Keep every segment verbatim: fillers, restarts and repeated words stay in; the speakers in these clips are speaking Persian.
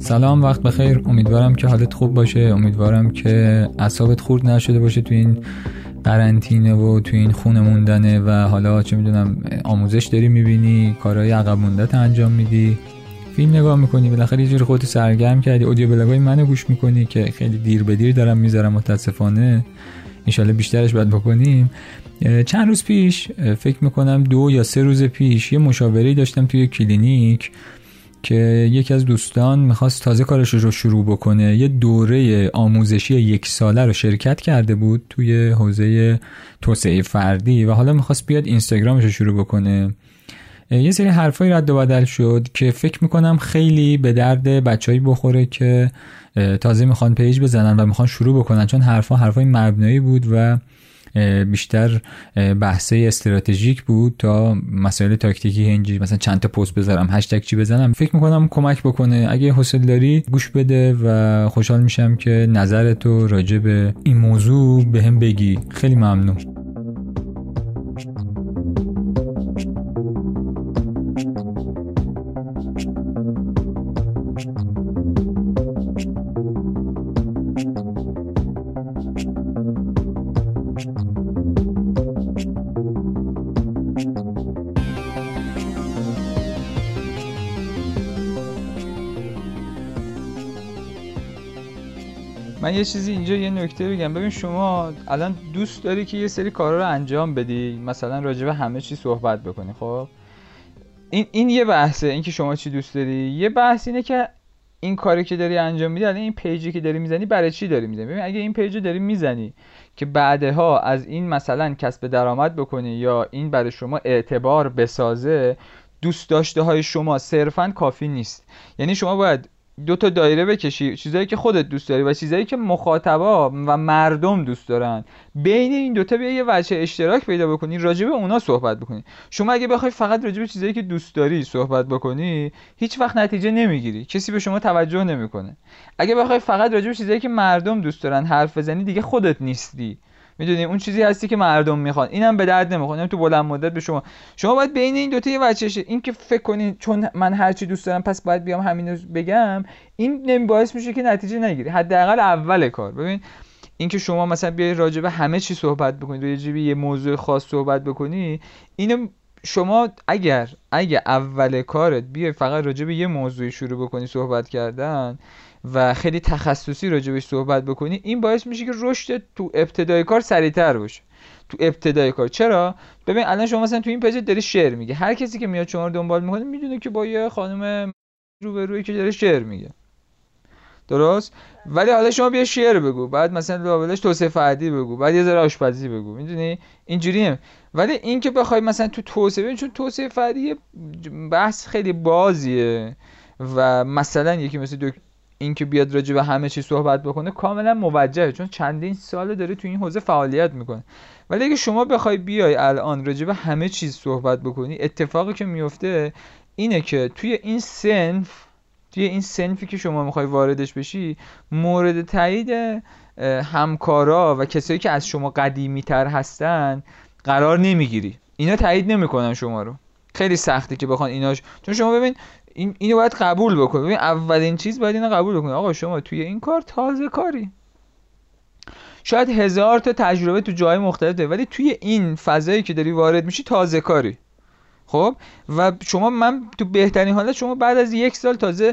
سلام، وقت بخیر. امیدوارم که حالت خوب باشه. امیدوارم که اعصابت خورد نشده باشه تو این قرنطینه و تو این خونه موندنه و حالا چه میدونم آموزش داری میبینی، کارهای عقب موندت انجام میدی، فیلم نگاه میکنی، بالاخره یه جوری خودت سرگرم کردی، اودیو بلاگای منو گوش میکنی که خیلی دیر به دیر دارم میذارم متاسفانه، انشالله بیشترش باید بکنیم. چند روز پیش، فکر میکنم دو یا سه روز پیش، یه مشاوره‌ای داشتم توی کلینیک که یکی از دوستان میخواست تازه کارش رو شروع بکنه. یه دوره آموزشی یک ساله رو شرکت کرده بود توی حوزه توسعه فردی و حالا میخواست بیاد اینستاگرامش رو شروع بکنه. یه سری حرفای رد و بدل شد که فکر میکنم خیلی به درد بچه‌ای بخوره که تازه میخوان پیج بزنن و میخوان شروع بکنن، چون حرفا حرفای مبنایی بود و بیشتر بحثه استراتژیک بود تا مسائل تاکتیکی. اینجوری مثلا چند تا پست بذارم، هشتگ چی بزنم، فکر میکنم کمک بکنه. اگه حوصله داری گوش بده و خوشحال میشم که نظرتو راجع به این موضوع بهم بگی. خیلی ممنون. من یه چیزی اینجا یه نکته بگم. ببین شما الان دوست داری که یه سری کارا رو انجام بدی، مثلا راجع به همه چی صحبت بکنی. خب این این یه بحثه، این که شما چی دوست داری. یه بحث اینه که این کاری که داری انجام میدی، الان این پیجی که داری میزنی برای چی داری میزنی. ببین اگه این پیجو داری میزنی که بعدها از این مثلا کسب درآمد بکنی یا این برای شما اعتبار بسازه، دوست داشته های شما صرفاً کافی نیست. یعنی شما باید دو تا دایره بکشی، چیزایی که خودت دوست داری و چیزایی که مخاطبا و مردم دوست دارن. بین این دو تا بیا یه وجه اشتراک پیدا بکنی، راجع به اونا صحبت بکنی. شما اگه بخوای فقط راجع به چیزایی که دوست داری صحبت بکنی، هیچ وقت نتیجه نمیگیری، کسی به شما توجه نمیکنه. اگه بخوای فقط راجع به چیزایی که مردم دوست دارن حرف بزنی، دیگه خودت نیستی. میدونی اون چیزی هستی که مردم میخوان، اینم به درد نمیخوره. اینم تو بلند مدت به شما شما باید بین این دو تا یه وجهشه. این که فکر کنین چون من هر چی دوست دارم پس باید بیام همینو بگم، این نمی باعث میشه که نتیجه نگیری. حداقل اول کار. ببین این که شما مثلا بیای راجع به همه چی صحبت بکنید، راجع به یه موضوع خاص صحبت بکنی، اینو شما اگر اگه اول کارت بیای فقط راجع به یه موضوعی شروع بکنی صحبت کردن و خیلی تخصصی راجبش صحبت بکنی، این باعث میشه که رشد تو ابتدای کار سریعتر باشه. تو ابتدای کار چرا؟ ببین الان شما مثلا تو این پیج داری شعر میگه، هر کسی که میاد شما رو دنبال میکنه میدونه که با یه خانم روبرویی که داره شعر میگه، درست؟ ولی حالا شما بیا شعر بگو، بعد مثلا لابلش توسعه فردی بگو، بعد یه ذره آشپزی بگو، میدونی اینجوریه. ولی این که بخوای مثلا تو توسعه، ببین چون توسعه فردی بحث خیلی بازیه و مثلا یکی مثل دو این که بیاد راجع به همه چی صحبت بکنه کاملا موجهه، چون چندین ساله داره تو این حوزه فعالیت میکنه. ولی اگه شما بخوای بیای الان راجع به همه چیز صحبت بکنی، اتفاقی که میفته اینه که توی این صنف توی این صنفی که شما میخوای واردش بشی، مورد تایید همکارا و کسایی که از شما قدیمی تر هستن قرار نمیگیری. اینا تایید نمیکنن شما رو. خیلی سخته که بخوان ایناش، چون شما ببین این اینو باید قبول بکنی. ببین اولین چیز باید اینو قبول بکنی، آقا شما توی این کار تازه کاری، شاید هزار تا تجربه تو جای مختلف داری، ولی توی این فضایی که داری وارد میشی تازه کاری. خب و شما من تو بهترین حالت شما بعد از یک سال تازه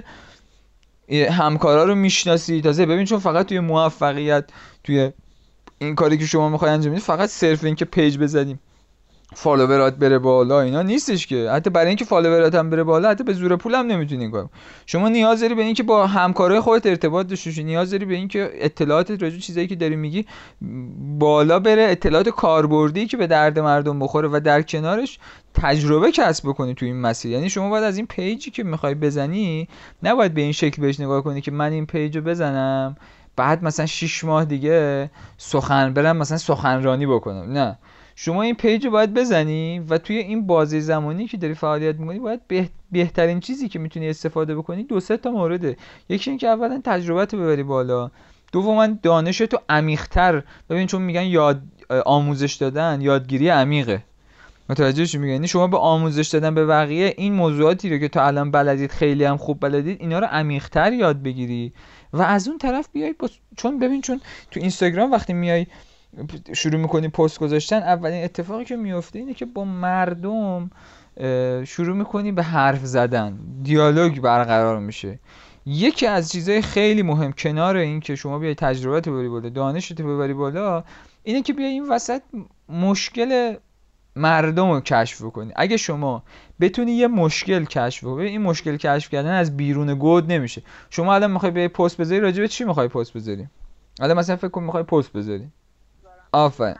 همکارا رو میشناسی، تازه ببین چون فقط توی موفقیت توی این کاری که شما میخوای انجام بدی، فقط صرف این که پیج بزنیم فالوورات بره بالا اینا نیستش که. حتی برای اینکه فالوورات هم بره بالا، حتی به زور پول هم نمیتونی کار. شما نیاز داری به اینکه با همکارای خودت ارتباط داشته باشی، نیاز داری به اینکه اطلاعاتت راجع به چیزایی که داری میگی بالا بره، اطلاعات کاربردی که به درد مردم بخوره و در کنارش تجربه کسب بکنی تو این مسیر. یعنی شما باید از این پیجی که میخوای بزنی نباید به این شکل بهش نگاه کنی که من این پیجو بزنم بعد مثلا شش ماه دیگه سخن برم مثلا سخنرانی بکنم. نه، شما این پیج رو باید بزنی و توی این بازه زمانی که داری فعالیت میکنی باید بهترین چیزی که میتونی استفاده بکنی دو سه تا مورده. یکی این که اولا تجربت رو ببری بالا، دوما دانشتو عمیق‌تر. ببین چون میگن یاد آموزش دادن یادگیری عمیقه. متوجه چی میگم؟ یعنی شما به آموزش دادن به بقیه این موضوعاتی رو که تا الان بلدید، خیلی هم خوب بلدید، اینا رو عمیق‌تر یاد بگیری و از اون طرف بیای با... چون ببین، چون تو اینستاگرام وقتی میای شروع میکنی پست گذاشتن، اولین اتفاقی که میفته اینه که با مردم شروع میکنی به حرف زدن، دیالوگ برقرار میشه. یکی از چیزهای خیلی مهم کنار این که شما بیای تجربت ببری بالا، دانشت ببری بالا، اینه که بیای این وسط مشکل مردم رو کشف کنی. اگه شما بتونی یه مشکل کشف کنی، این مشکل کشف کردن از بیرون گود نمیشه. شما الان میخوای بیای پست بذاری، راجع به چی میخوای پست بذاری؟ الان مثلا فکر کن میخوای پست بذاری. آفرین.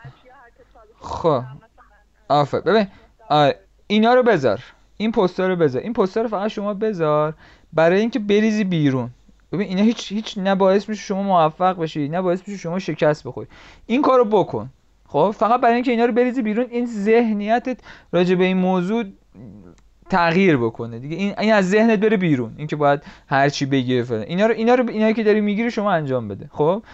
خب آفرین. ببین آره اینا رو بذار، این پست‌ها رو بذار، این پست‌ها رو فقط شما بذار برای اینکه بریزی بیرون. ببین اینا هیچ هیچ نه باعث میشه شما موفق بشی، نه باعث میشه شما شکست بخوری. این کارو بکن. خب فقط برای اینکه اینا رو بریزی بیرون، این ذهنیتت راجع به این موضوع تغییر بکنه دیگه. این این از ذهنت بره بیرون، این که باید هر چی بگی فلان. اینا رو اینا رو اینایی که داری میگیری شما انجام بده. خب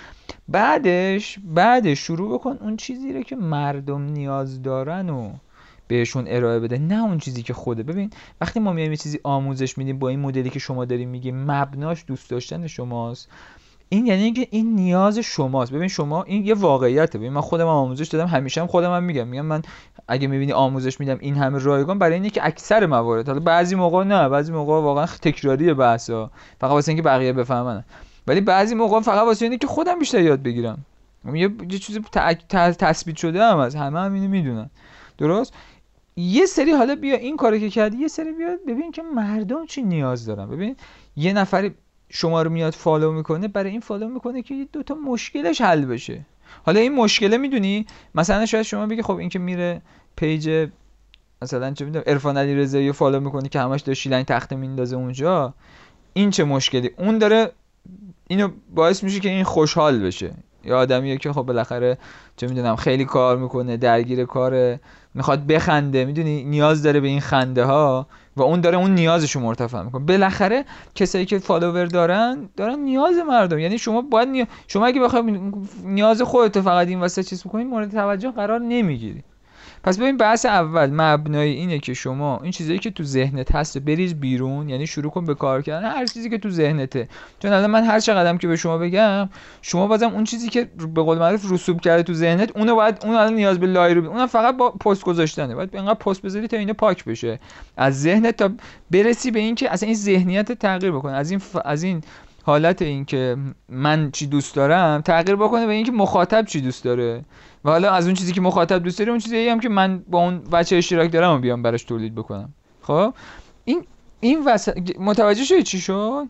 بعدش بعدش شروع بکن اون چیزی رو که مردم نیاز دارن و بهشون ارائه بده، نه اون چیزی که خوده. ببین وقتی ما میایم یه چیزی آموزش میدیم با این مدلی که شما دارین میگیم، مبناش دوست داشتن شماست، این یعنی اینکه این نیاز شماست. ببین شما، این یه واقعیته. ببین من خودم آموزش دادم، همیشه هم خودم هم میگم میگم من اگه میبینی آموزش میدم این همه رایگان، برای اینه که اکثر موارد، حالا بعضی موقع نه، بعضی موقع واقعا تکراریه بحثا، فقط واسه اینکه بقیه بفهمن، ولی بعضی موقع فقط واسه اینه که خودم بیشتر یاد بگیرم. یه یه چیزی تثبیت شده هم از همه هم اینو میدونن. درست؟ یه سری حالا بیا این کارو که کردی، یه سری بیا ببین که مردم چی نیاز دارن. ببین یه نفری شما رو میاد فالو میکنه، برای این فالو میکنه که دو تا مشکلش حل بشه. حالا این مشکله میدونی مثلا شاید شما بگی خب این که میره پیج مثلا چه میدونم عرفان علیرضایی رو فالو میکنه که همش داره شیلنگ تخته میندازه اونجا، این چه مشکلی؟ اون داره اینو باعث میشه که این خوشحال بشه. یا آدمیه که خب بالاخره چه میدونم خیلی کار میکنه، درگیر کاره، میخواد بخنده، میدونی نیاز داره به این خنده ها و اون داره اون نیازشو مرتفع میکنه. بالاخره کسایی که فالوور دارن دارن نیاز مردم. یعنی شما باید نیا... شما اگه بخوای نیاز خودت فقط این واسه چیز بکنی، مورد توجه قرار نمیگیری. پس ببین بحث اول مبنای اینه که شما این چیزایی که تو ذهنت هست بریز بیرون، یعنی شروع کن به کار کردن هر چیزی که تو ذهنته. چون الان من هر چقدرم که به شما بگم، شما بازم اون چیزی که به قول معروف رسوب کرده تو ذهنت، اونو باید، اون الان نیاز به لایو، اونم فقط با پست گذاشتنه، باید اینقدر پست بذاری تا اینا پاک بشه از ذهنت، تا برسی به این که اصلا این ذهنیت تغییر بکنه، از این ف... از این حالت این که من چی دوست دارم تغییر بکنه به این که مخاطب چی دوست داره، و حالا از اون چیزی که مخاطب دوست داره اون چیزی هم که من با اون بچه اشتراک دارم و بیام براش تولید بکنم. خب این این وس... متوجه شدی چی شد؟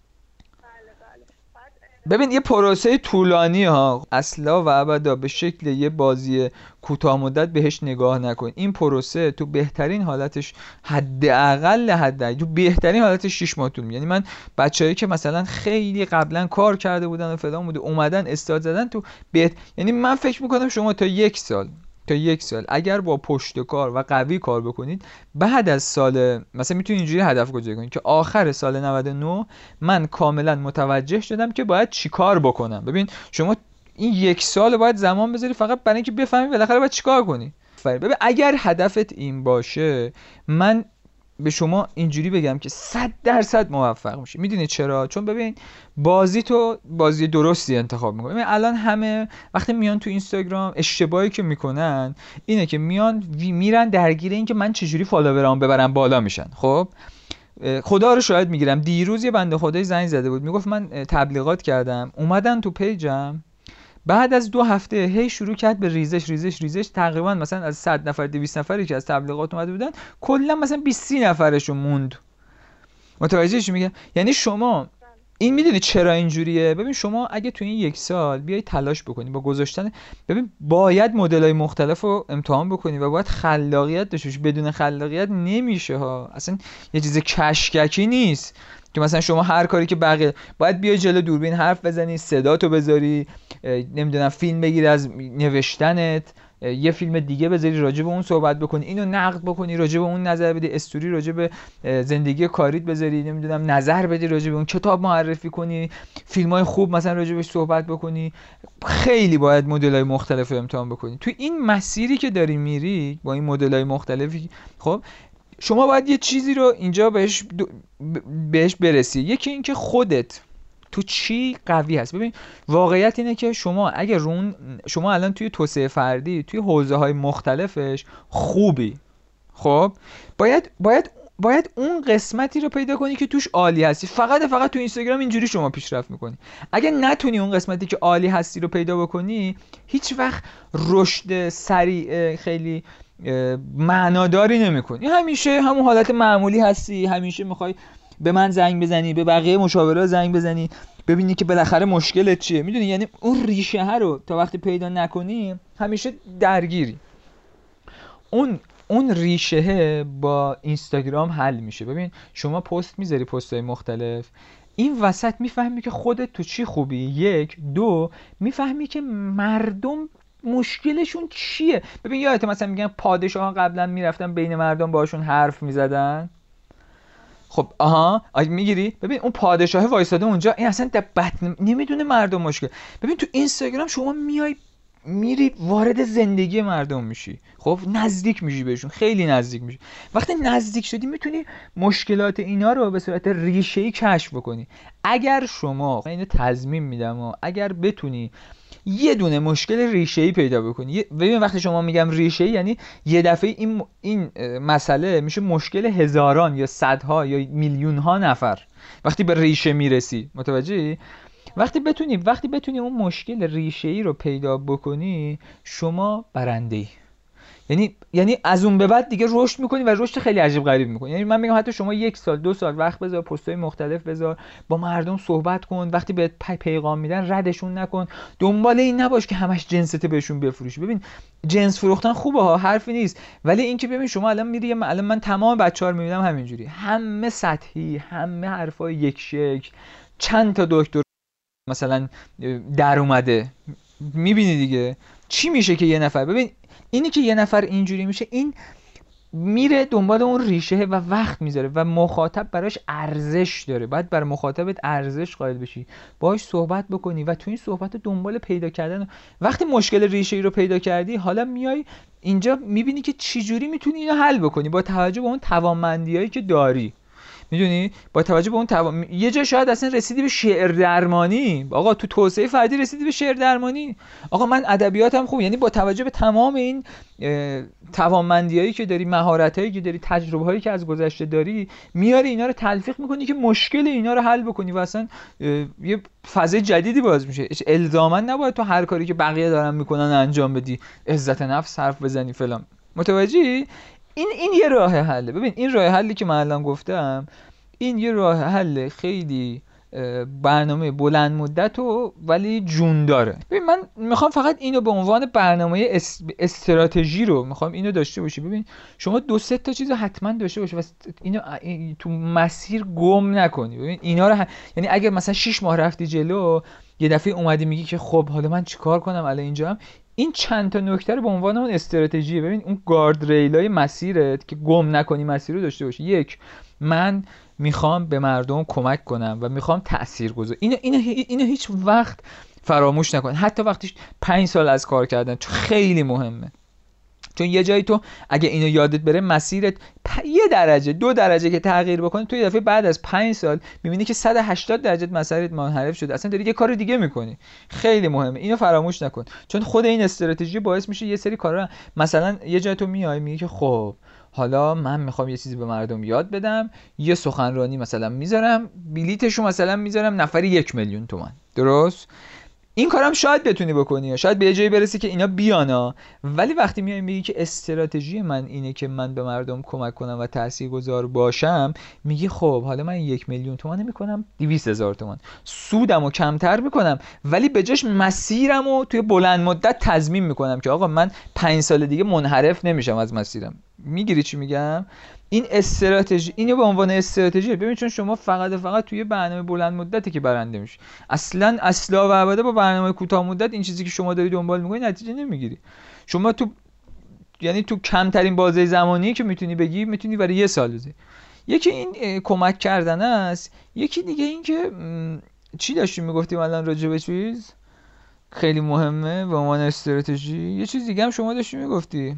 ببین یه پروسه طولانی ها، اصلا و ابدا به شکل یه بازی کوتاه مدت بهش نگاه نکن. این پروسه تو بهترین حالتش حداقل حد تو بهترین حالتش شش ماه طول می‌کشه. یعنی من بچه‌ای که مثلا خیلی قبلا کار کرده بودن و فلان بوده اومدن استاد زدن تو بهت، یعنی من فکر می‌کنم شما تا یک سال تا یک سال اگر با پشت کار و قوی کار بکنید، بعد از سال مثلا میتونید اینجوری هدف گذاری کنید که آخر سال نود و نه من کاملا متوجه شدم که باید چیکار بکنم. ببین شما این یک سال باید زمان بذاری فقط برای اینکه بفهمی بالاخره باید چیکار کنی. ببین اگر هدفت این باشه، من به شما اینجوری بگم که صد درصد موفق میشی. میدونی چرا؟ چون ببین بازی تو بازی درستی انتخاب میکنی. ببین الان همه وقتی میان تو اینستاگرام اشتباهی که میکنن اینه که میان میرن درگیر این که من چجوری فالوورام ببرم بالا میشن. خب خدا رو شاید میگیرم، دیروز یه بنده خدایی زنگ زده بود میگفت من تبلیغات کردم، اومدن تو پیجم، بعد از دو هفته هی شروع کرد به ریزش ریزش ریزش، تقریبا مثلا از صد نفر دویست نفری که از تبلیغات اومده بودن کلا مثلا بیست سی نفرشون موند. متوجه چی میگم؟ یعنی شما این میدونی چرا اینجوریه؟ ببین شما اگه تو این یک سال بیای تلاش بکنی با گذاشتن، ببین باید مدل‌های مختلف رو امتحان بکنی و باید خلاقیت داشته باشی. بدون خلاقیت نمیشه ها، اصلا یه چیز کشککی نیست که مثلا شما هر کاری که بقیه، باید بیای جلو دوربین حرف بزنی، صداتو بذاری، نمیدونم فیلم بگیری از نوشتنت، یه فیلم دیگه بذاری راجع به اون صحبت بکنی، اینو نقد بکنی، راجع به اون نظر بدی، استوری راجع به زندگی کاریت بذاری، نمیدونم نظر بدی راجع به اون، کتاب معرفی کنی، فیلمای خوب مثلا راجع بهش صحبت بکنی. خیلی باید مدل‌های مختلف رو امتحان بکنی. تو این مسیری که داری میری با این مدل‌های مختلفی، خب شما باید یه چیزی رو اینجا بهش بهش برسی. یکی این که خودت تو چی قوی هست. ببین واقعیت اینه که شما اگر رون شما الان توی توسعه فردی توی حوزه‌های مختلفش خوبی، خب باید باید باید اون قسمتی رو پیدا کنی که توش عالی هستی. فقط فقط تو اینستاگرام اینجوری شما پیشرفت میکنی. اگه نتونی اون قسمتی که عالی هستی رو پیدا بکنی، هیچ وقت رشد سریع خیلی معناداری نمیکنی. همیشه همون حالت معمولی هستی، همیشه میخوای به من زنگ بزنی، به بقیه مشاورا زنگ بزنی، ببینی که بالاخره مشکلت چیه. میدونی یعنی اون ریشه ها رو تا وقتی پیدا نکنی همیشه درگیری. اون اون ریشه با اینستاگرام حل میشه. ببین شما پست میذاری، پست‌های مختلف، این وسط میفهمی که خودت تو چی خوبی، یک دو میفهمی که مردم مشکلشون چیه. ببین یادت مثلا میگن پادشاهان قبلا میرفتن بین مردم باشون حرف میزدن، خب آها میگیری. ببین اون پادشاه وایساده اونجا، این اصلا دبت نمیدونه مردم مشکل. ببین تو اینستاگرام شما میای میری وارد زندگی مردم میشی، خب نزدیک میشی بهشون، خیلی نزدیک میشی. وقتی نزدیک شدی میتونی مشکلات اینا رو به صورت ریشه‌ای کشف بکنی. اگر شما، اینو تضمین میدم، و اگر بتونی یه دونه مشکل ریشه‌ای پیدا بکنی، ببین وقتی شما میگم ریشه‌ای یعنی یه دفعه این این مسئله میشه مشکل هزاران یا صدها یا میلیون ها نفر. وقتی به ریشه میرسی، متوجهی؟ وقتی بتونی وقتی بتونی اون مشکل ریشه‌ای رو پیدا بکنی، شما برنده‌ای. یعنی یعنی از اون به بعد دیگه رشد میکنی و رشد خیلی عجیب غریب میکنی. یعنی من میگم حتی شما یک سال دو سال وقت بذار، پست‌های مختلف بذار، با مردم صحبت کن، وقتی بهت پی پیغام میدن ردشون نکن، دنبال این نباش که همش جنست بهشون بفروشی. ببین جنس فروختن خوبه ها، حرفی نیست، ولی اینکه ببین شما الان میری، الان من تمام بچه‌ها رو میبینم همینجوری، همه سطحی، همه حرفای یک شکل، چند تا دکتر مثلا در اومده، میبینی دیگه چی میشه که یه نفر، ببین اینی که یه نفر اینجوری میشه، این میره دنبال اون ریشه و وقت میذاره و مخاطب براش ارزش داره. باید بر مخاطبت ارزش قائل بشی، باهاش صحبت بکنی و تو این صحبت دنبال پیدا کردن. وقتی مشکل ریشه‌ای رو پیدا کردی، حالا میای اینجا میبینی که چجوری میتونی اینو حل بکنی با توجه به اون توانمندیایی که داری. میدونی با توجه به اون توان... یه جا شاید اصلا رسیدی به شعر درمانی. آقا تو توسعه فردی رسیدی به شعر درمانی. آقا من ادبیاتم خوب، یعنی با توجه به تمام این توانمندیایی که داری، مهارتایی که داری، تجربه‌هایی که از گذشته داری، میاری اینا رو تلفیق میکنی که مشکل اینا رو حل بکنی و اصلا یه فضای جدیدی باز میشه. الزاما نباید تو هر کاری که بقیه دارن میکنن انجام بدی، عزت نفس حرف بزنی فلان. متوجهی؟ این این یه راه حله. ببین این راه حلی که من الان گفتم، این یه راه حل خیلی برنامه بلند مدت و ولی جون داره. ببین من میخوام فقط اینو به عنوان برنامه اس... استراتژی رو میخوام اینو داشته باشی. ببین شما دو سه تا چیزو حتما داشته باشی و اینو این... تو مسیر گم نکنی. ببین اینا رو ه... یعنی اگر مثلا شش ماه رفتی جلو، یه دفعه اومدی میگی که خب حالا من چیکار کنم الان اینجام، این چند تا نکته رو به عنوان اون استراتژی، ببین اون گارد ریلای مسیرت که گم نکنی مسیر رو داشته باشی. یک، من میخوام به مردم کمک کنم و میخوام تاثیرگذار. اینو اینو اینو هیچ وقت فراموش نکن، حتی وقتی پنج سال از کار کردن، چون خیلی مهمه. چون یه جایی تو اگه اینو یادت بره، مسیرت پ... یه درجه دو درجه که تغییر بکنه، تو یه دفعه بعد از پنج سال میبینی که صد و هشتاد درجه مسیرت منحرف شده، اصلا داری یه کار دیگه میکنی. خیلی مهمه، اینو فراموش نکن، چون خود این استراتژی باعث میشه یه سری کارا، مثلا یه جایی تو میای میگی که خب حالا من میخوام یه چیزی به مردم یاد بدم، یه سخنرانی مثلا میذارم، بلیتشو مثلا میذارم نفری یک میلیون تومان، درست؟ این کارم شاید بتونی بکنی، شاید به یه جایی برسی که اینا بیانا، ولی وقتی میای میگی که استراتژی من اینه که من به مردم کمک کنم و تاثیرگذار باشم، میگی خب حالا من یک میلیون تومان میکنم دویست هزار تومان، سودمو کمتر میکنم، ولی به جاش مسیرمو توی بلند مدت تضمین میکنم که آقا من پنج سال دیگه منحرف نمیشم از مسیرم. میگیری چی میگم؟ این استراتژی، اینو به عنوان استراتژی ببین، چون شما فقط فقط توی برنامه بلند مدتی که برنده میشی. اصلا اصلا و ابدا با برنامه کوتاه مدت این چیزی که شما داری دنبال میکنی نتیجه نمیگیری. شما تو یعنی تو کمترین بازه زمانی که میتونی بگی میتونی برای یه سال بزنی. یکی این کمک کردن است، یکی دیگه این که چی داشتیم میگفتیم الان راجع به چیز خیلی مهمه به عنوان استراتژی. یه چیز دیگه هم شما داشتی میگفتی.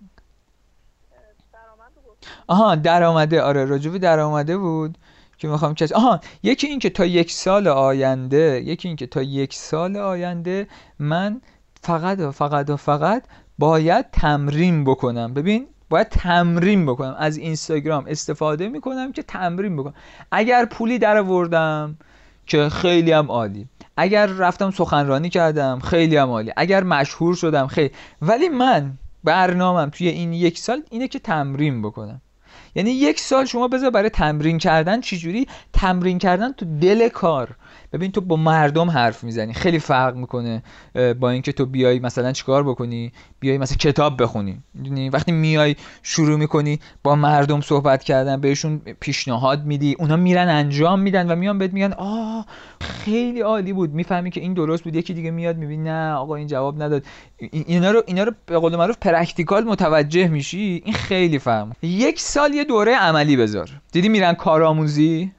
آها درآمده. آره راجع به درآمده بود که میخوام کسی. آها یکی این که تا یک سال آینده یکی این که تا یک سال آینده من فقط و فقط و فقط باید تمرین بکنم. ببین باید تمرین بکنم، از اینستاگرام استفاده میکنم که تمرین بکنم. اگر پولی در آوردم که خیلی هم عالی، اگر رفتم سخنرانی کردم خیلی هم عالی، اگر مشهور شدم خیلی، ولی من برنامه‌ام توی این یک سال اینه که تمرین بکنم. یعنی یک سال شما بذار برای تمرین کردن. چجوری تمرین کردن؟ تو دل کار. ببین تو با مردم حرف میزنی، خیلی فرق میکنه با اینکه تو بیای مثلا چیکار بکنی، بیای مثلا کتاب بخونی. میدونی وقتی میای شروع میکنی با مردم صحبت کردن، بهشون پیشنهاد میدی، اونا میرن انجام میدن و میان بهت میگن آه خیلی عالی بود، میفهمی که این درست بود. یکی دیگه میاد میبینی نه آقا این جواب نداد. اینا رو اینا رو به قول معروف پرکتیکال متوجه میشی. این خیلی فرق. یک سال یه دوره عملی بذار. دیدی میرن کارآموزی.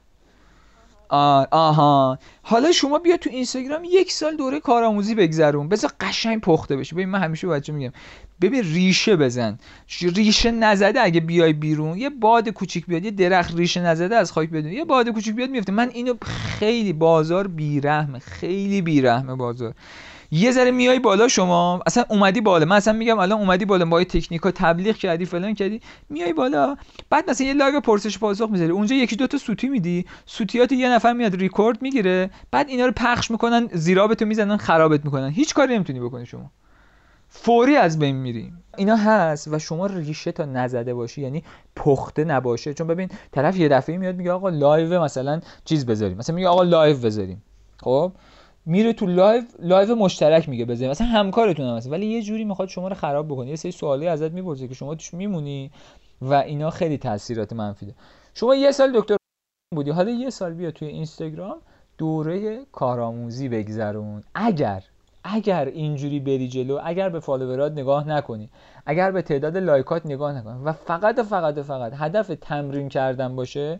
آه آها حالا شما بیا تو اینستاگرام یک سال دوره کارآموزی بگذرون، بذار قشنگ پخته بشه. ببین من همیشه بچه میگم ببین ریشه بزن. ریشه نزده اگه بیای بیرون، یه باد کوچیک بیاد، یه درخت ریشه نزده از خاک بدون یه باد کوچیک بیاد میفته. من اینو خیلی بازار بیرحمه، خیلی بیرحمه بازار. یه ذره میای بالا، شما اصلا اومدی بالا، من اصلا میگم الان اومدی بالا با تکنیکا تبلیغ کردی فلان کردی، میای بالا، بعد مثلا یه لایو پرسش پاسخ میذاری، اونجا یکی دو تا سوتی میدی، سوتیات یه نفر میاد ریکورد میگیره، بعد اینا رو پخش میکنن، زیرابتو میزنن، خرابت میکنن، هیچ کاری نمیتونی بکنی، شما فوری از بین میری. اینا هست و شما ریشه تا نزده باشی، یعنی پخته نباشه. چون ببین طرف یه دفعه میاد میگه آقا لایو مثلا چیز بذاریم، مثلا میگه آقا لایو بذاریم، خب میره تو لایو لایو مشترک میگه بذاریم، مثلا همکارتون هم هست، ولی یه جوری میخواد شما رو خراب بکنه، یه سری سوالی ازت میپرسه که شما توش میمونی و اینا خیلی تاثیرات منفی داره. شما یه سال دکتر بودی، حالا یه سال بیا توی اینستاگرام دوره کارآموزی بگذرون. اگر اگر اینجوری بری جلو، اگر به فالوورات نگاه نکنی، اگر به تعداد لایکات نگاه نکنی و فقط فقط فقط هدف تمرین کردن باشه،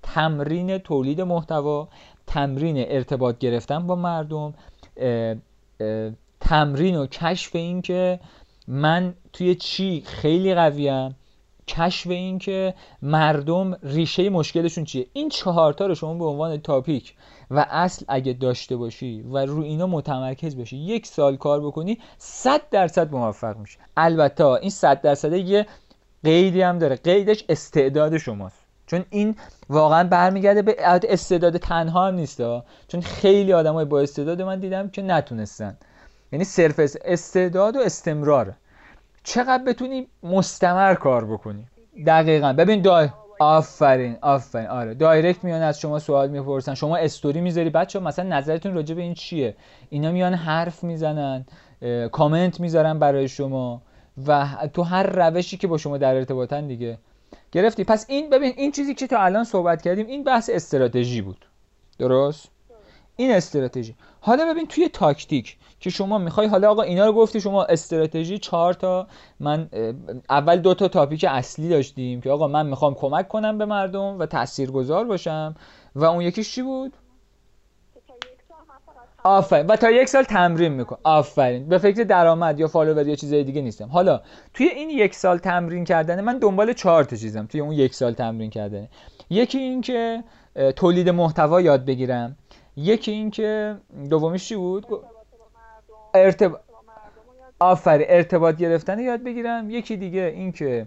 تمرین تولید محتوا، تمرین ارتباط گرفتن با مردم، اه اه تمرین و کشف این که من توی چی خیلی قویم، کشف این که مردم ریشه مشکلشون چیه، این چهارتا رو شما به عنوان تاپیک و اصل اگه داشته باشی و رو اینا متمرکز باشی، یک سال کار بکنی، صد درصد موفق میشی. البته این صد درصد یه قیدی هم داره، قیدش استعداد شماست، چون این واقعا برمیگرده به استعداد تنها هم نیست، چون خیلی آدمای با استعداد من دیدم که نتونستن. یعنی صرف استعداد و استمرار، چقدر بتونی مستمر کار بکنی. دقیقاً. ببین دای آفرین آفرین آره دایرکت میان از شما سوال میپرسن، شما استوری میذاری، بچه‌ها مثلا نظرتون راجع به این چیه، اینا میان حرف میزنن، کامنت میذارن برای شما و تو هر روشی که با شما در ارتباطن دیگه گرفتی. پس این ببین این چیزی که تا الان صحبت کردیم این بحث استراتژی بود، درست؟ این استراتژی. حالا ببین توی تاکتیک که شما میخوای، حالا آقا اینا رو گفتی شما استراتژی چهار تا، من اول دو تا تاپیک اصلی داشتیم که آقا من میخوام کمک کنم به مردم و تاثیرگذار باشم، و اون یکیش چی بود؟ آفرین. و تا یک سال تمرین میکنم. آفرین. به فکر درآمد یا فالوور یا چیزای دیگه نیستم. حالا توی این یک سال تمرین کردن من دنبال چهار تا چیزم توی اون یک سال تمرین کردن. یکی این که تولید محتوا یاد بگیرم، یکی این که دومیش چی بود؟ ارتباط. آفرین. ارتباط گرفتن یاد بگیرم. یکی دیگه این که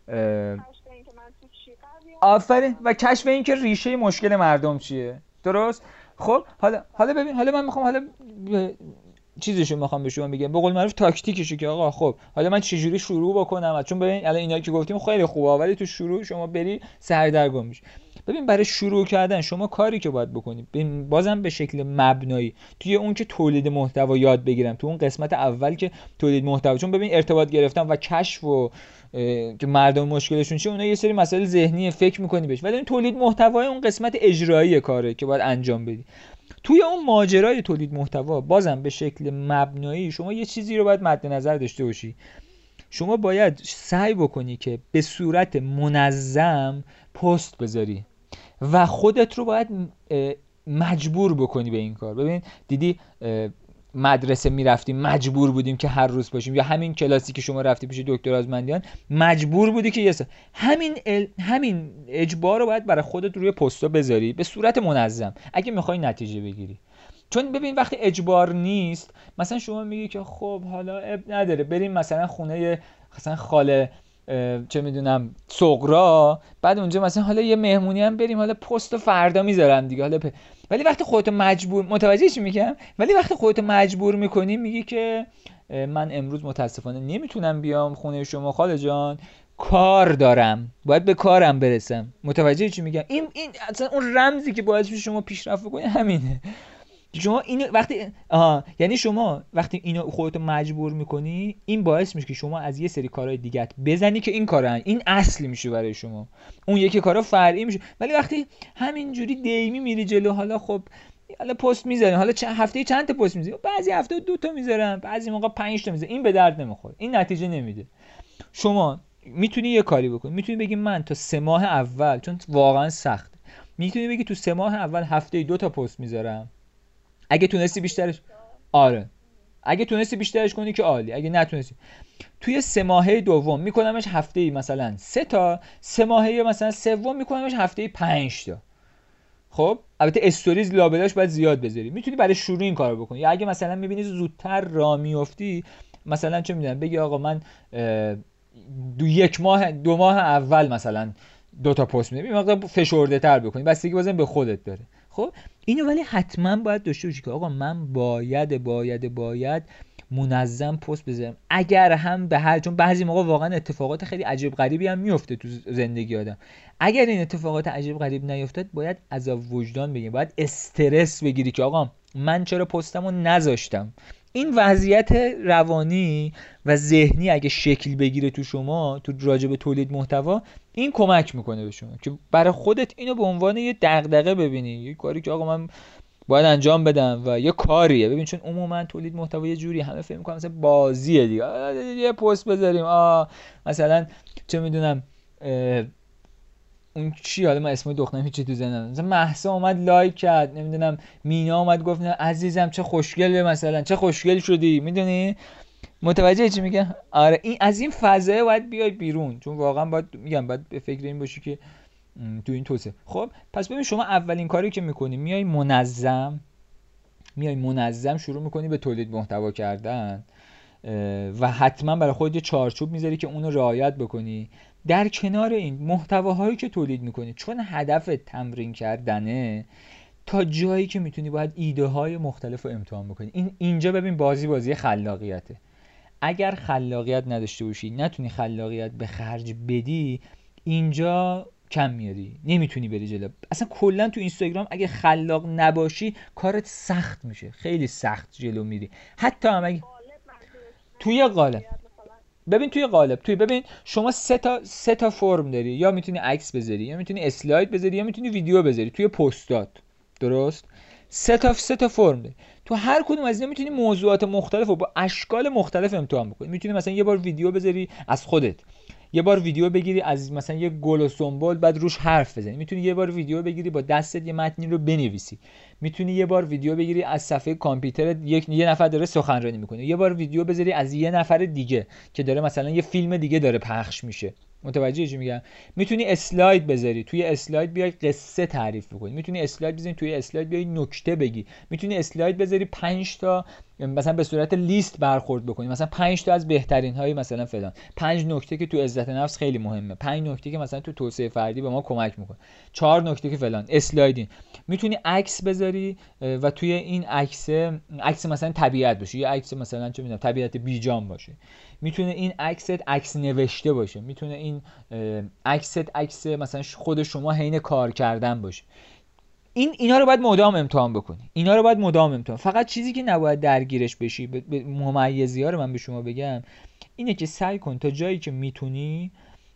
آفرین و کشف این که ریشه مشکل مردم چیه. درست؟ خب حالا حالا ببین، حالا من میخوام حالا چیزشو میخوام به شما بگم، به قول معروف تاکتیکشو که آقا خب حالا من چجوری شروع بکنم، چون ببین الان اینا که گفتیم خیلی خوبه ولی تو شروع شما بری سردرگم میشی. ببین برای شروع کردن شما کاری که باید بکنی بازم به شکل مبنایی توی اون که تولید محتوا یاد بگیرم، تو اون قسمت اول که تولید محتوا، چون ببین ارتباط گرفتن و کشف و که مردم مشکلشون چیه، اونها یه سری مسائل ذهنی فکر میکنی بهش، ولی این تولید محتوای اون قسمت اجرایی کاره که باید انجام بدی. توی اون ماجرای تولید محتوا بازم به شکل مبنایی شما یه چیزی رو باید مد نظر داشته باشی. شما باید سعی بکنی که به صورت منظم پست بذاری و خودت رو باید مجبور بکنی به این کار. ببین دیدی مدرسه میرفتیم مجبور بودیم که هر روز باشیم، یا همین کلاسی که شما رفتی پیش دکتر آزمندیان مجبور بودی که یه سا. همین ال... همین اجبار رو باید برای خودت روی پستا بذاری به صورت منظم اگه میخوای نتیجه بگیری. چون ببین وقتی اجبار نیست، مثلا شما میگی که خب حالا اب نداره بریم مثلا خونه مثلا خاله چه میدونم صغرا، بعد اونجا مثلا حالا یه مهمونی هم بریم، حالا پست فردا میذارم دیگه حالا پ... ولی وقتی خودت مجبور، متوجه چی میگم؟ ولی وقتی خودت مجبور میکنی میگی که من امروز متاسفانه نمیتونم بیام خونه شما خاله جان، کار دارم، باید به کارم برسم. متوجه چی میگم؟ این این اصلا اون رمزی که باعث میشه شما پیشرفت کنی همینه. شما اینو وقتی آها یعنی شما وقتی اینو خودت مجبور میکنی، این باعث میشه که شما از یه سری کارهای دیگه بزنی که این کارا این اصلی میشه برای شما، اون یکی کارا فرعی میشه. ولی وقتی همینجوری دیمی میری جلو، حالا خب حالا پست میذاری، حالا چه هفته چند تا پست میذاری، بعضی هفته دو تا میذارم، بعضی موقع پنج تا میذارم، این به درد نمیخوره، این نتیجه نمیده. شما میتونی یه کاری بکنی، میتونی بگی من تا سه ماه اول، چون واقعا سخت، میتونی بگی تو سه ماه اول هفته دو تا پست میذارم. اگه تونستی بیشترش آره اگه تونستی بیشترش کنی که عالی، اگه نتونستی توی سه ماهه دوم میکنمش هفته‌ای مثلا سه تا، سه ماهه مثلا سوم میکنمش هفته‌ای پنج تا. خب البته استوریز لابلاش باید زیاد بذاری، میتونی برای شروع این کارو بکنی. یا اگه مثلا میبینی زودتر راه میافتی، مثلا چه میدونم بگی آقا من دو یک ماه دو ماه اول مثلا دو تا پست میدم، این مقدار فشرده تر بکنی، بستگی بازم به خودت داره. خب اینو ولی حتما باید داشته باشی که آقا من باید باید باید منظم پست بذارم، اگر هم به هر، چون بعضی موقع واقعا اتفاقات خیلی عجیب غریبی هم میفته تو زندگی آدم. اگر این اتفاقات عجیب غریب نیفتاد، باید عذاب وجدان بگیری، باید استرس بگیری که آقا من چرا پستمو نذاشتم. این وضعیت روانی و ذهنی اگه شکل بگیره تو شما، تو راجع به تولید محتوا، این کمک میکنه به شما که برای خودت اینو به عنوان یه دغدغه ببینی، یه کاری که آقا من باید انجام بدم و یه کاریه. ببین چون عموما تولید محتوا یه جوری همه فکر میکنن مثلا بازیه دیگه، یه پست بذاریم آ مثلا چه میدونم اون چی، حالا من اسم دخترم هیچی تو ذهنم، مثلا مهسا اومد لایک کرد، نمیدونم مینا اومد گفت عزیزم چه خوشگل، مثلا چه خوشگل شدی، میدونی متوجه چی میگم؟ آره این از این فضا باید بیای بیرون، چون واقعا باید میگم باید به فکر این باشی که تو این توسعه. خب پس ببین شما اولین کاری که میکنی میای منظم میای منظم شروع میکنی به تولید محتوا کردن و حتما برای خودت یه چارچوب میذاری که اونو رعایت بکنی. در کنار این محتواهایی که تولید میکنی، چون هدف تمرین کردنه، تا جایی که میتونی باید ایده های مختلف رو امتحان بکنی. این اینجا ببین بازی بازی خلاقیته. اگر خلاقیت نداشته باشی، نتونی خلاقیت به خرج بدی، اینجا کم میاری، نمیتونی بری جلو. اصلا کلا تو اینستاگرام اگه خلاق نباشی کارت سخت میشه، خیلی سخت جلو میری. حتی هم اگه توی قالب ببین توی قالب توی ببین شما سه تا سه تا فرم داری، یا میتونی عکس بذاری، یا میتونی اسلاید بذاری، یا میتونی ویدیو بذاری توی پستات. درست؟ سه تا سه تا فرم داری. تو هر کدوم از اینا میتونی موضوعات مختلف رو با اشکال مختلف امتحان بکنی. میتونی مثلا یه بار ویدیو بذاری از خودت، یه بار ویدیو بگیری از مثلا یه گل و سمبل بعد روش حرف بزنی، میتونی یه بار ویدیو بگیری با دستت یه متنی رو بنویسی، میتونی یه بار ویدیو بگیری از صفحه کامپیوترت یک یه نفر داره سخنرانی میکنه، یه بار ویدیو بذاری از یه نفر دیگه که داره مثلا یه فیلم دیگه داره پخش میشه. متوجه چی میگم؟ میتونی اسلاید بذاری، توی اسلاید بیای قصه تعریف بکنی، میتونی اسلاید بزنی توی اسلاید بیای نکته بگی، میتونی اسلاید بذاری پنج تا مثلا به صورت لیست برخورد بکنی، مثلا پنج تا از بهترین های مثلا فلان، پنج نکته که تو عزت نفس خیلی مهمه، پنج نکته که مثلا تو توسعه فردی به ما کمک میکنه، چهار نکته که فلان. اسلایدین میتونی عکس بذاری بذاری و توی این عکس عکس مثلا طبیعت باشه، یه عکس مثلا چه میدونم طبیعت بیجان باشه، میتونه این عکست عکس نوشته باشه، میتونه این عکست عکس مثلا خود شما حین کار کردن باشه. این اینا رو باید مدام امتحان بکنی، اینا رو باید مدام امتحان. فقط چیزی که نباید درگیرش بشی، ممیزی ها رو من به شما بگم اینه که سعی کن تا جایی که میتونی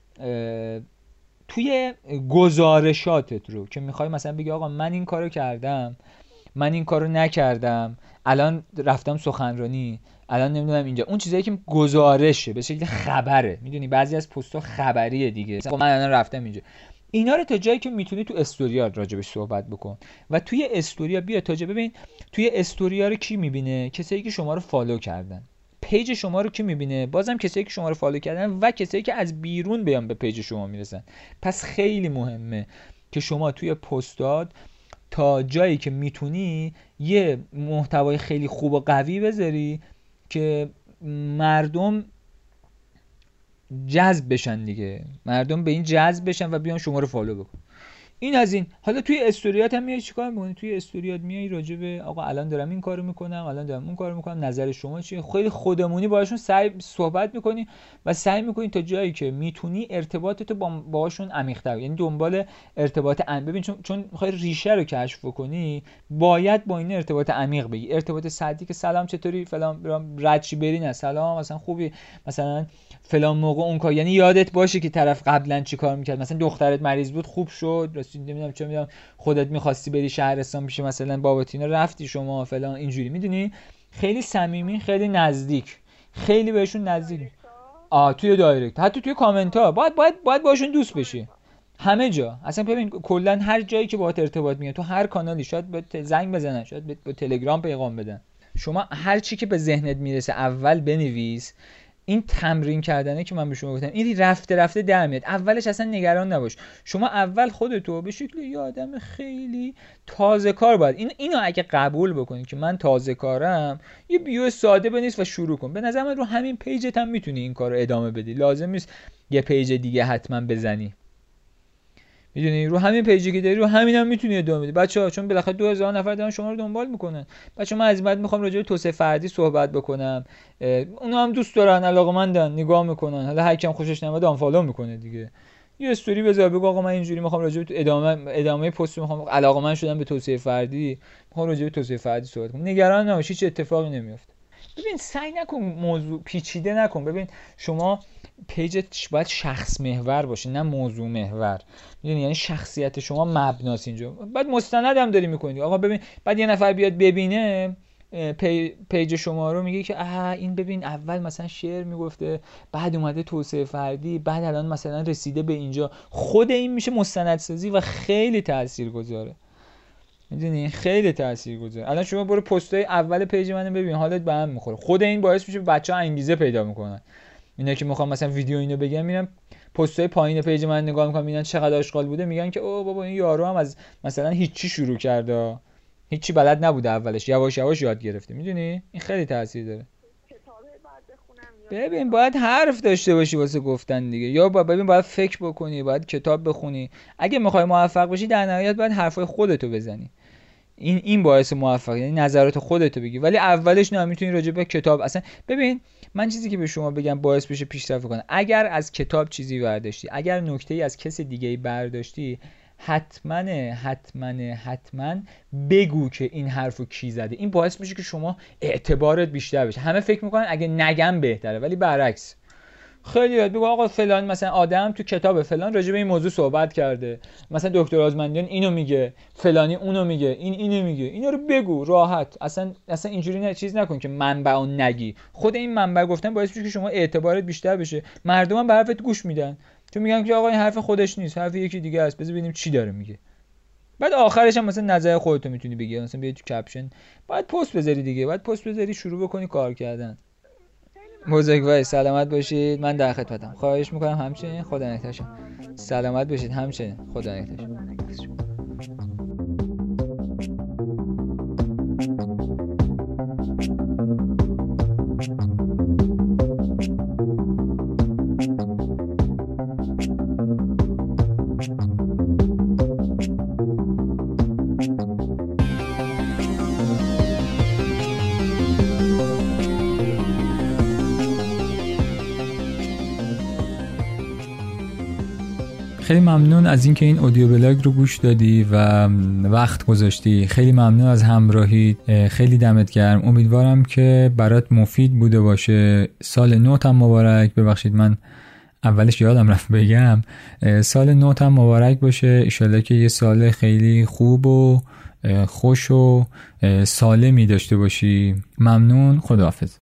توی گزارشاتت رو که میخوای مثلا بگی آقا من این کارو کردم، من این کارو نکردم، الان رفتم سخنرانی، الان نمیدونم اینجا، اون چیزایی که گزارشه به شکل خبره، میدونی بعضی از پست‌ها خبریه دیگه، مثلا من الان رفتم اینجا، اینا رو تا جایی که میتونی تو استوریا راجبش صحبت بکن و توی استوریا بیا تا جا ببین توی استوریا رو کی میبینه؟ کسایی که شما رو فالو کردن. پیج شما رو کی میبینه؟ بازم کسایی که شما رو فالو کردن و کسایی که از بیرون بیان به پیج شما میرسن. پس خیلی مهمه که شما توی پستات تا جایی که میتونی یه محتوای خیلی خوب و قوی بذاری که مردم جذب بشن دیگه، مردم به این جذب بشن و بیان شما رو فالو بکن. این از این. حالا توی استوریات هم میای چیکار می‌کنی؟ توی استوریات میای راجع به آقا الان دارم این کارو میکنم، الان دارم اون کارو میکنم، نظر شما چیه؟ خیلی خودمونی باهاشون سعی صحبت میکنی و سعی میکنی تا جایی که میتونی ارتباطتو با باهاشون عمیق‌تر، یعنی دنبال ارتباط عمیق. ببین چون چون میخوای ریشه رو کشف کنی، باید با این ارتباط عمیق بگی. ارتباط سطحی که سلام چطوری فلان ردشی بری، نه سلام مثلا خوبی، مثلا فلان موقع اون کار، یعنی یادت باشه که طرف قبلا چی کار میکرد، مثلا دخترت مریض بود خوب شد، راستی نمیدونم چه میدونم خودت میخواستی بری شهرستان پیش مثلا باباتینا رفتی شما فلان، اینجوری میدونی، خیلی صمیمی، خیلی نزدیک، خیلی بهشون نزدیک. آ توی دایرکت، حتی توی کامنت ها باید باید باید باشون دوست بشی، همه جا. اصلا ببین کلا هر جایی که باهات ارتباط میگیره، تو هر کانالی، شاید به زنگ بزنن، شاید به تلگرام پیغام بدن، شما هر چی که به ذهنت میرسه اول بنویس. این تمرین کردنه که من به شما گفتم، این رفته رفته در میاد. اولش اصلا نگران نباش، شما اول خودتو به شکل یه آدم خیلی تازه کار باید این اینو اگه قبول بکنی که من تازه کارم، یه بیو ساده بنویس و شروع کن. به نظر من رو همین پیجت هم میتونی این کارو ادامه بدی، لازم نیست یه پیج دیگه حتما بزنی، میدونی رو همین پیجی که داری رو همین هم میتونی ادامه بدی بچه‌ها، چون بالاخره دو هزار نفر دارن شما رو دنبال میکنن. بچه‌ها من از بعد میخوام راجع به توسعه فردی صحبت بکنم، اونا هم دوست دارن، علاقه‌مندن، نگاه میکنن، حالا هر کیم خوشش نمیاد آنفالو میکنه دیگه. یه استوری بذار بگو آقا من اینجوری میخوام راجع به ادامه ادامه پست میخوام، علاقه‌مند شدم به توسعه فردی، میخوام راجع به توسعه فردی صحبت کنم. نگران نباش، هیچ اتفاقی نمیافته. ببین سعی نکن موضوع پیچیده نکن. ببین شما پیجت باید شخص محور باشه نه موضوع محور، میدونی، یعنی شخصیت شما مبناست اینجا. بعد مستند هم داری میکنی آقا، ببین بعد یه نفر بیاد ببینه پی، پیج شما رو، میگه که آها این ببین اول مثلا شعر میگفته، بعد اومده توسعه فردی، بعد الان مثلا رسیده به اینجا. خود این میشه مستندسازی و خیلی تاثیرگذاره، میدونی، خیلی تاثیرگذاره. الان شما برو پستای اول پیج منو ببین، حالت به هم میخوره. خود این باعث میشه بچه‌ها انگیزه پیدا میکنن. اینا که میخوام مثلا ویدیو اینو بگم، میرم پستای پایین پیج من نگاه میکنم، میبینن چقدر آشغال بوده، میگن که او بابا این یارو هم از مثلا هیچی شروع کرده، هیچی بلد نبوده اولش، یواش یواش یاد گرفته. میدونی این خیلی تاثیر داره. ببین باید حرف داشته باشی واسه گفتن دیگه، یا با ببین باید فکر بکنی، باید کتاب بخونی. اگه میخوای موفق بشی در نهایت باید حرفای خودتو بزنی. این این باعث موفقیت، یعنی نظرات خودتو بگی. ولی اولش نه، میتونی راجع به کتاب اصلا ببین. من چیزی که به شما بگم باعث بشه پیشرفت کنه، اگر از کتاب چیزی برداشتی، اگر نکته‌ای از کسی دیگه‌ای برداشتی، حتما حتما حتما بگو که این حرفو کی زده. این باعث میشه که شما اعتبارت بیشتر بشه. همه فکر میکنن اگه نگم بهتره، ولی برعکس. خیلی یاد بگو آقا فلان مثلا آدم تو کتاب فلان راجع به این موضوع صحبت کرده، مثلا دکتر آزمندیان اینو میگه، فلانی اونو میگه، این اینو میگه. اینا رو بگو راحت، اصلا اصلا اینجوری نه چیز نکن که منبع اون نگی. خود این منبع گفتن باعث میشه که شما اعتبارت بیشتر بشه، مردم هم به حرفت گوش میدن، چون میگن که آقا این حرف خودش نیست، حرف یکی دیگه است، بذار ببینیم چی داره میگه. بعد آخرش هم مثلا نظر خودت میتونی بگی، مثلا بیا تو کپشن بعد پست بذاری دیگه، بعد پست بذاری شروع بکنی کار کردن. بزرگوار سلامت باشید، من در خدمتم. خواهش میکنم همچنین، خدا نگهدارتون. سلامت باشید همچنین، خدا نگهدارتون. خیلی ممنون از اینکه این اودیو بلاگ رو گوش دادی و وقت گذاشتی. خیلی ممنون از همراهی. خیلی دمت گرم. امیدوارم که برات مفید بوده باشه. سال نوت هم مبارک. ببخشید من اولش یادم رفت بگم سال نوت هم مبارک باشه. انشالله که یه سال خیلی خوب و خوش و سالمی داشته باشی. ممنون. خداحافظ.